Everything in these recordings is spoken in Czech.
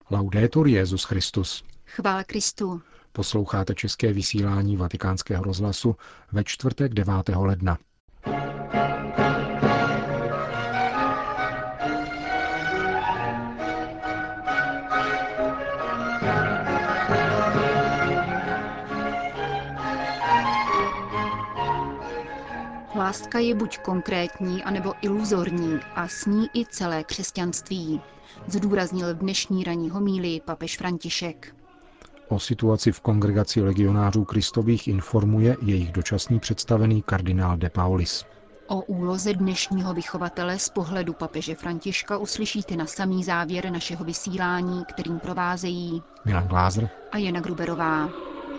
Laudetur Jesus Christus. Chvála Kristu. Posloucháte české vysílání Vatikánského rozhlasu ve čtvrtek 9. ledna. Láska je buď konkrétní, anebo iluzorní a s ní i celé křesťanství, zdůraznil v dnešní ranní homílii papež František. O situaci v kongregaci legionářů Kristových informuje jejich dočasný představený kardinál de Paulis. O úloze dnešního vychovatele z pohledu papeže Františka uslyšíte na samý závěr našeho vysílání, kterým provázejí Milan Glázer a Jana Gruberová.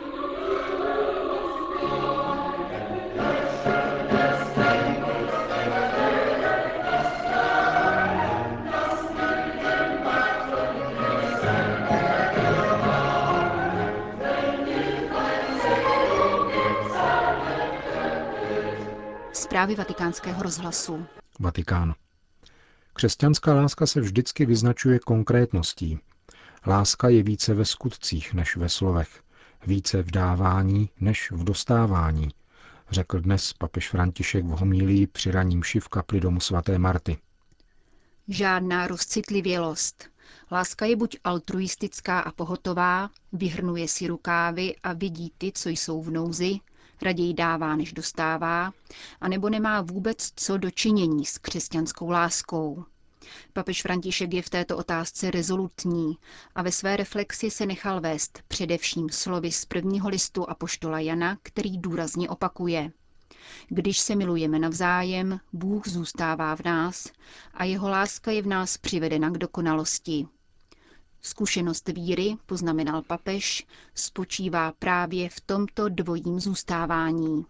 Zprávy Vatikánského rozhlasu. Vatikán. Křesťanská láska se vždycky vyznačuje konkrétností. Láska je více ve skutcích než ve slovech, více v dávání než v dostávání, řekl dnes papež František v homílii při ranní mši v kapli domu svaté Marty. Žádná rozcitlivělost. Láska je buď altruistická a pohotová, vyhrnuje si rukávy a vidí ty, co jsou v nouzi, raději dává, než dostává, anebo nemá vůbec co dočinění s křesťanskou láskou. Papež František je v této otázce rezolutní a ve své reflexi se nechal vést především slovy z prvního listu apoštola Jana, který důrazně opakuje. Když se milujeme navzájem, Bůh zůstává v nás a jeho láska je v nás přivedena k dokonalosti. Zkušenost víry, poznamenal papež, spočívá právě v tomto dvojím zůstávání.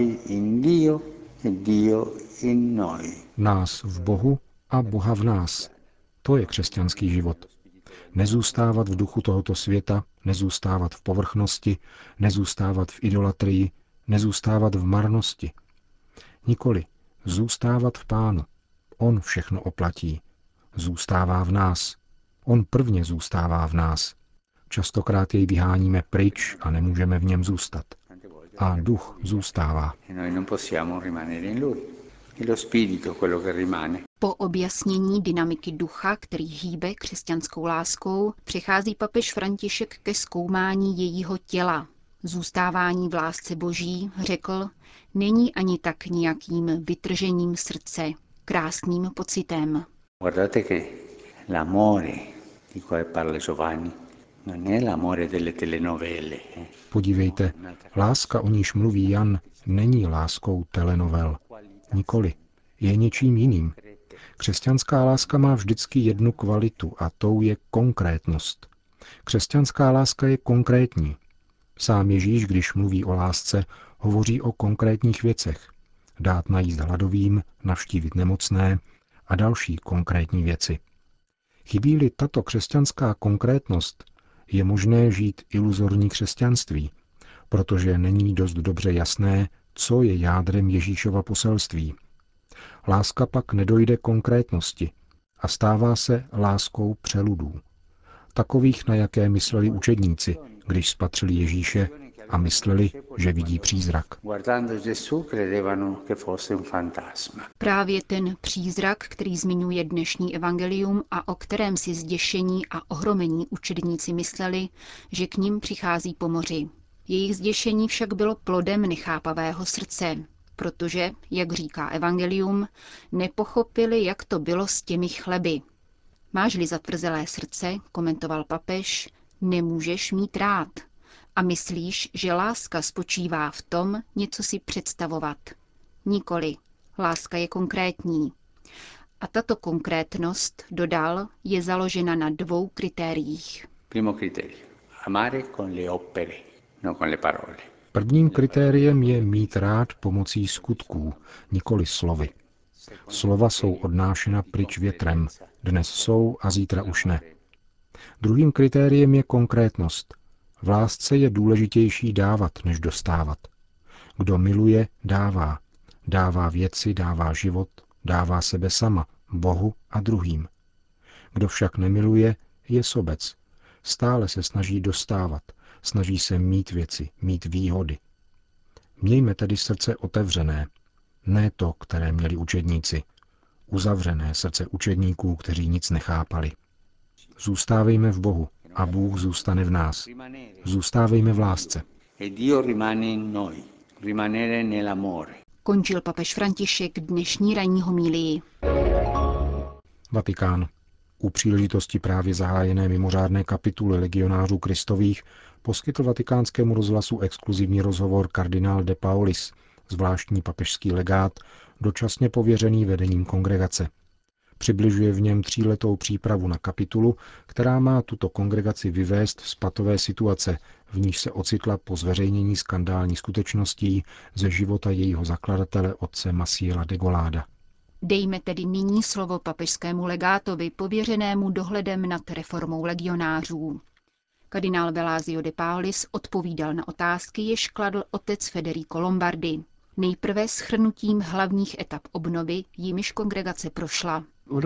Nás v Bohu a Boha v nás. To je křesťanský život. Nezůstávat v duchu tohoto světa, nezůstávat v povrchnosti, nezůstávat v idolatrii, nezůstávat v marnosti. Nikoli, zůstávat v Pánu. On všechno oplatí. Zůstává v nás. On prvně zůstává v nás. Častokrát jej vyháníme pryč a nemůžeme v něm zůstat. A duch zůstává. Po objasnění dynamiky ducha, který hýbe křesťanskou láskou, přechází papež František ke zkoumání jejího těla. Zůstávání v lásce Boží, řekl, není ani tak nějakým vytržením srdce, krásným pocitem. Guardate che l'amore di cui parla Giovanni non è l'amore delle telenovele. Podívejte, láska, o níž mluví Jan, není láskou telenovel. Nikoli. Je něčím jiným. Křesťanská láska má vždycky jednu kvalitu a tou je konkrétnost. Křesťanská láska je konkrétní. Sám Ježíš, když mluví o lásce, hovoří o konkrétních věcech. Dát najíst hladovým, navštívit nemocné a další konkrétní věci. Chybí-li tato křesťanská konkrétnost, je možné žít iluzorní křesťanství, protože není dost dobře jasné, co je jádrem Ježíšova poselství. Láska pak nedojde konkrétnosti a stává se láskou přeludů. Takových, na jaké mysleli učedníci, když spatřili Ježíše a mysleli, že vidí přízrak. Právě ten přízrak, který zmiňuje dnešní evangelium a o kterém si zděšení a ohromení učedníci mysleli, že k nim přichází po moři. Jejich zděšení však bylo plodem nechápavého srdce, protože, jak říká evangelium, nepochopili, jak to bylo s těmi chleby. Máš-li zatvrzelé srdce, komentoval papež, nemůžeš mít rád. A myslíš, že láska spočívá v tom něco si představovat. Nikoli. Láska je konkrétní. A tato konkrétnost, dodal, je založena na dvou kritériích. Prvním kritériem je mít rád pomocí skutků, nikoli slovy. Slova jsou odnášena pryč větrem, dnes jsou a zítra už ne. Druhým kritériem je konkrétnost. V lásce je důležitější dávat, než dostávat. Kdo miluje, dává. Dává věci, dává život, dává sebe sama, Bohu a druhým. Kdo však nemiluje, je sobec Stále se snaží dostávat, snaží se mít věci, mít výhody. Mějme tedy srdce otevřené, ne to, které měli učedníci, uzavřené srdce učedníků, kteří nic nechápali. Zůstávejme v Bohu a Bůh zůstane v nás. Zůstávejme v lásce. Končil papež František dnešní ranní homílii. Vatikán. U příležitosti právě zahájené mimořádné kapituly legionářů Kristových poskytl Vatikánskému rozhlasu exkluzivní rozhovor kardinál de Paolis, zvláštní papežský legát, dočasně pověřený vedením kongregace. Přibližuje v něm 3letou přípravu na kapitulu, která má tuto kongregaci vyvést z patové situace, v níž se ocitla po zveřejnění skandální skutečností ze života jejího zakladatele otce Maciela de Goláda. Dejme tedy nyní slovo papežskému legátovi, pověřenému dohledem nad reformou legionářů. Kardinál Velázio de Paolis odpovídal na otázky, jež kladl otec Federico Lombardi. Nejprve shrnutím hlavních etap obnovy, jimiž kongregace prošla.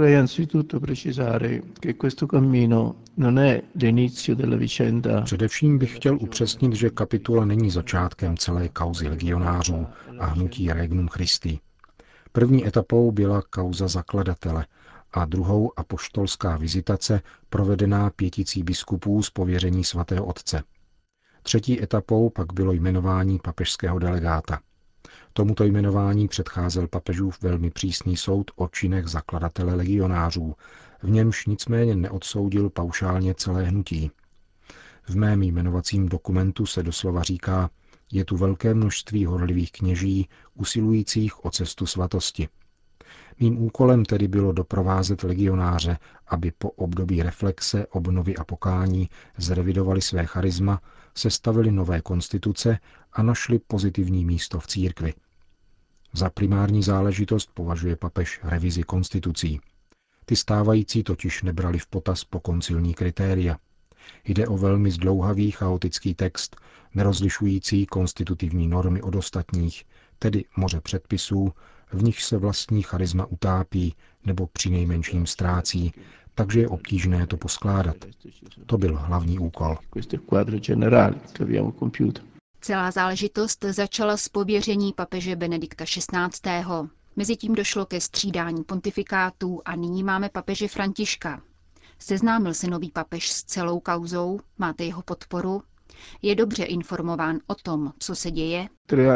Především bych chtěl upřesnit, že kapitula není začátkem celé kauzy legionářů a hnutí Regnum Christi. První etapou byla kauza zakladatele a druhou apoštolská vizitace provedená 5 biskupů z pověření svatého otce. Třetí etapou pak bylo jmenování papežského delegáta. Tomuto jmenování předcházel papežův velmi přísný soud o činech zakladatele legionářů, v němž nicméně neodsoudil paušálně celé hnutí. V mém jmenovacím dokumentu se doslova říká, je tu velké množství horlivých kněží, usilujících o cestu svatosti. Mým úkolem tedy bylo doprovázet legionáře, aby po období reflexe, obnovy a pokání zrevidovali své charisma, sestavili nové konstituce a našli pozitivní místo v církvi. Za primární záležitost považuje papež revizi konstitucí. Ty stávající totiž nebrali v potaz pokoncilní kritéria. Jde o velmi zdlouhavý chaotický text, nerozlišující konstitutivní normy od ostatních, tedy moře předpisů, v nich se vlastní charisma utápí nebo přinejmenším ztrácí, takže je obtížné to poskládat. To byl hlavní úkol. Celá záležitost začala z pověření papeže Benedikta XVI. Mezitím došlo ke střídání pontifikátů a nyní máme papeže Františka. Seznámil se nový papež s celou kauzou? Máte jeho podporu? Je dobře informován o tom, co se děje?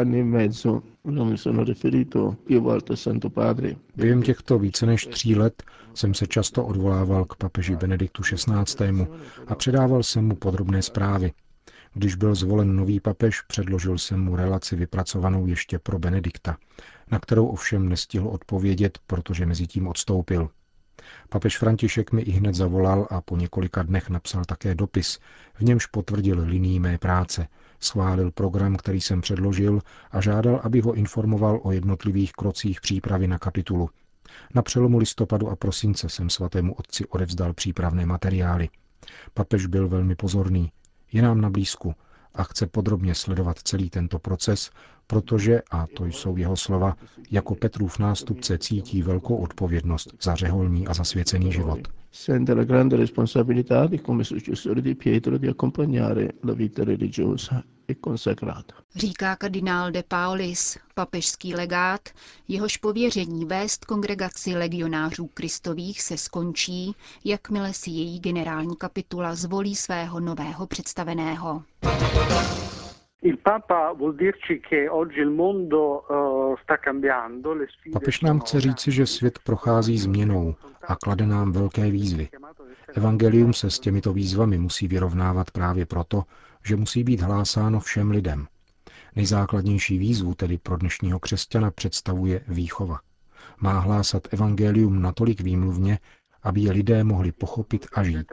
Během těchto více než 3 let jsem se často odvolával k papeži Benediktu XVI. A předával jsem mu podrobné zprávy. Když byl zvolen nový papež, předložil jsem mu relaci vypracovanou ještě pro Benedikta, na kterou ovšem nestihl odpovědět, protože mezitím odstoupil. Papež František mi ihned zavolal a po několika dnech napsal také dopis, v němž potvrdil linii mé práce, schválil program, který jsem předložil a žádal, abych ho informoval o jednotlivých krocích přípravy na kapitulu. Na přelomu listopadu a prosince jsem svatému otci odevzdal přípravné materiály. Papež byl velmi pozorný, je nám na blízku a chce podrobně sledovat celý tento proces, protože, a to jsou jeho slova, jako Petrův nástupce cítí velkou odpovědnost za řeholní a zasvěcený život. Říká kardinál de Paolis, papežský legát, jehož pověření vést kongregaci legionářů Kristových se skončí, jakmile si její generální kapitula zvolí svého nového představeného. Papež nám chce říci, že svět prochází změnou a klade nám velké výzvy. Evangelium se s těmito výzvami musí vyrovnávat právě proto, že musí být hlásáno všem lidem. Nejzákladnější výzvu tedy pro dnešního křesťana představuje výchova. Má hlásat evangelium natolik výmluvně, aby je lidé mohli pochopit a žít.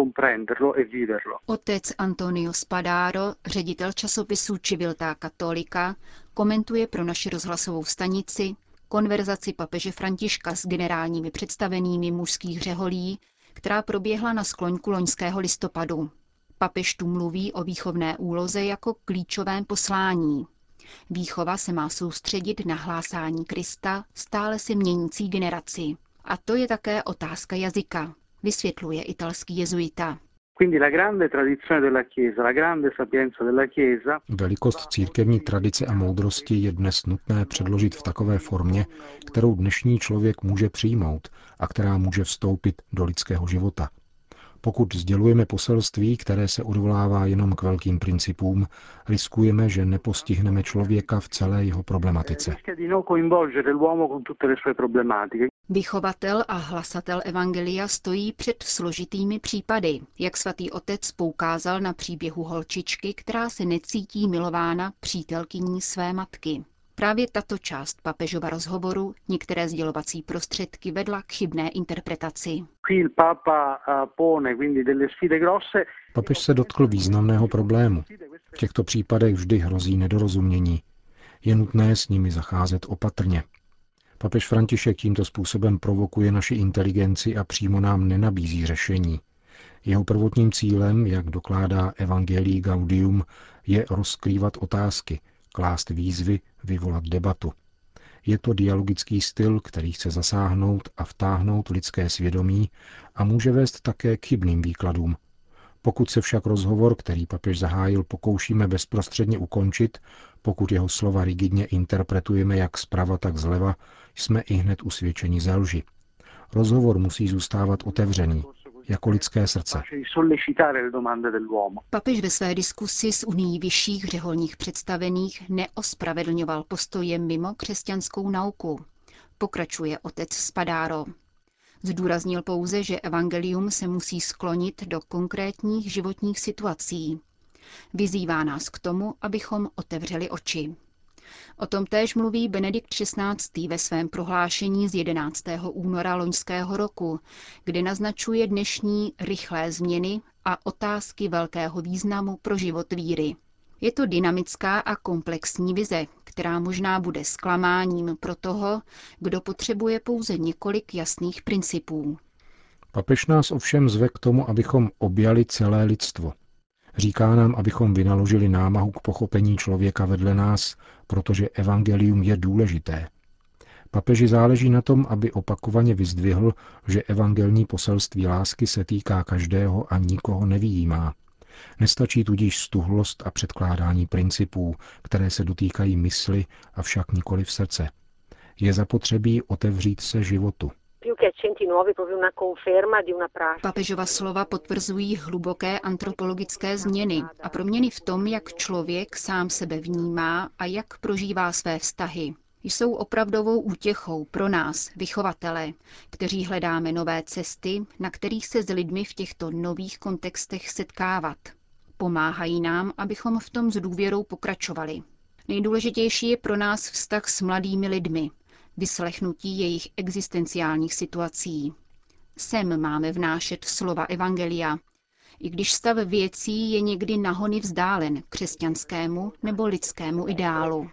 Otec Antonio Spadaro, ředitel časopisu Civiltà Cattolica, komentuje pro naši rozhlasovou stanici konverzaci papeže Františka s generálními představenými mužských řeholí, která proběhla na skloňku loňského listopadu. Papež tu mluví o výchovné úloze jako klíčovém poslání. Výchova se má soustředit na hlásání Krista stále se měnící generaci. A to je také otázka jazyka, vysvětluje italský jezuita. Velikost církevní tradice a moudrosti je dnes nutné předložit v takové formě, kterou dnešní člověk může přijmout a která může vstoupit do lidského života. Pokud sdělujeme poselství, které se odvolává jenom k velkým principům, riskujeme, že nepostihneme člověka v celé jeho problematice. Vychovatel a hlasatel evangelia stojí před složitými případy, jak svatý otec poukázal na příběhu holčičky, která se necítí milována přítelkyní své matky. Právě tato část papežova rozhovoru některé sdělovací prostředky vedla k chybné interpretaci. Papež se dotkl významného problému. V těchto případech vždy hrozí nedorozumění. Je nutné s nimi zacházet opatrně. Papež František tímto způsobem provokuje naši inteligenci a přímo nám nenabízí řešení. Jeho prvotním cílem, jak dokládá Evangelii Gaudium, je rozkrývat otázky, klást výzvy, vyvolat debatu. Je to dialogický styl, který chce zasáhnout a vtáhnout lidské svědomí a může vést také k chybným výkladům. Pokud se však rozhovor, který papež zahájil, pokoušíme bezprostředně ukončit, pokud jeho slova rigidně interpretujeme jak zprava, tak zleva, jsme ihned usvědčeni ze lži. Rozhovor musí zůstávat otevřený, jako lidské srdce. Papež ve své diskusi s Unií vyšších řeholních představených neospravedlňoval postoje mimo křesťanskou nauku. Pokračuje otec Spadaro. Zdůraznil pouze, že evangelium se musí sklonit do konkrétních životních situací. Vyzývá nás k tomu, abychom otevřeli oči. O tom též mluví Benedikt XVI. Ve svém prohlášení z 11. února loňského roku, kde naznačuje dnešní rychlé změny a otázky velkého významu pro život víry. Je to dynamická a komplexní vize, která možná bude zklamáním pro toho, kdo potřebuje pouze několik jasných principů. Papež nás ovšem zve k tomu, abychom objali celé lidstvo. Říká nám, abychom vynaložili námahu k pochopení člověka vedle nás, protože evangelium je důležité. Papeži záleží na tom, aby opakovaně vyzdvihl, že evangelní poselství lásky se týká každého a nikoho nevyjímá. Nestačí tudíž stuhlost a předkládání principů, které se dotýkají mysli, avšak nikoli v srdce. Je zapotřebí otevřít se životu. Papežova slova potvrzují hluboké antropologické změny a proměny v tom, jak člověk sám sebe vnímá a jak prožívá své vztahy. Jsou opravdovou útěchou pro nás, vychovatele, kteří hledáme nové cesty, na kterých se s lidmi v těchto nových kontextech setkávat. Pomáhají nám, abychom v tom s důvěrou pokračovali. Nejdůležitější je pro nás vztah s mladými lidmi, vyslechnutí jejich existenciálních situací. Sem máme vnášet slova evangelia, i když stav věcí je někdy nahony vzdálen křesťanskému nebo lidskému ideálu.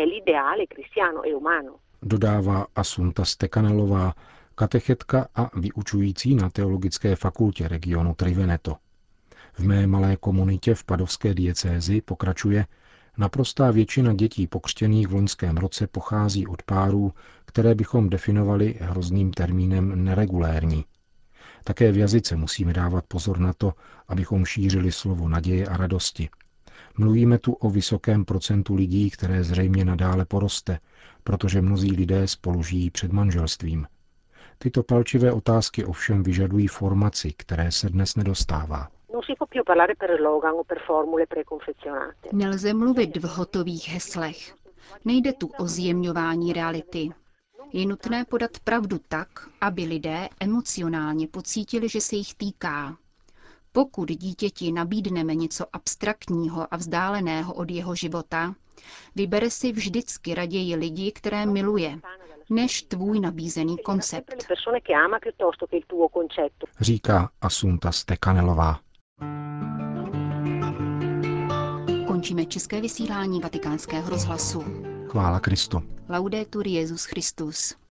Dodává Assunta Stekanelová, katechetka a vyučující na teologické fakultě regionu Triveneto. V mé malé komunitě v padovské diecézi, pokračuje, naprostá většina dětí pokřtěných v loňském roce pochází od párů, které bychom definovali hrozným termínem neregulérní. Také v jazyce musíme dávat pozor na to, abychom šířili slovo naděje a radosti. Mluvíme tu o vysokém procentu lidí, které zřejmě nadále poroste, protože mnozí lidé spolu žijí před manželstvím. Tyto palčivé otázky ovšem vyžadují formaci, které se dnes nedostává. Nelze mluvit v hotových heslech. Nejde tu o zjemňování reality. Je nutné podat pravdu tak, aby lidé emocionálně pocítili, že se jich týká. Pokud dítěti nabídneme něco abstraktního a vzdáleného od jeho života, vybere si vždycky raději lidi, které miluje, než tvůj nabízený koncept. Říká Assunta Stekanelová. Končíme české vysílání Vatikánského rozhlasu. Chvála Kristu. Laudetur Jesus Christus.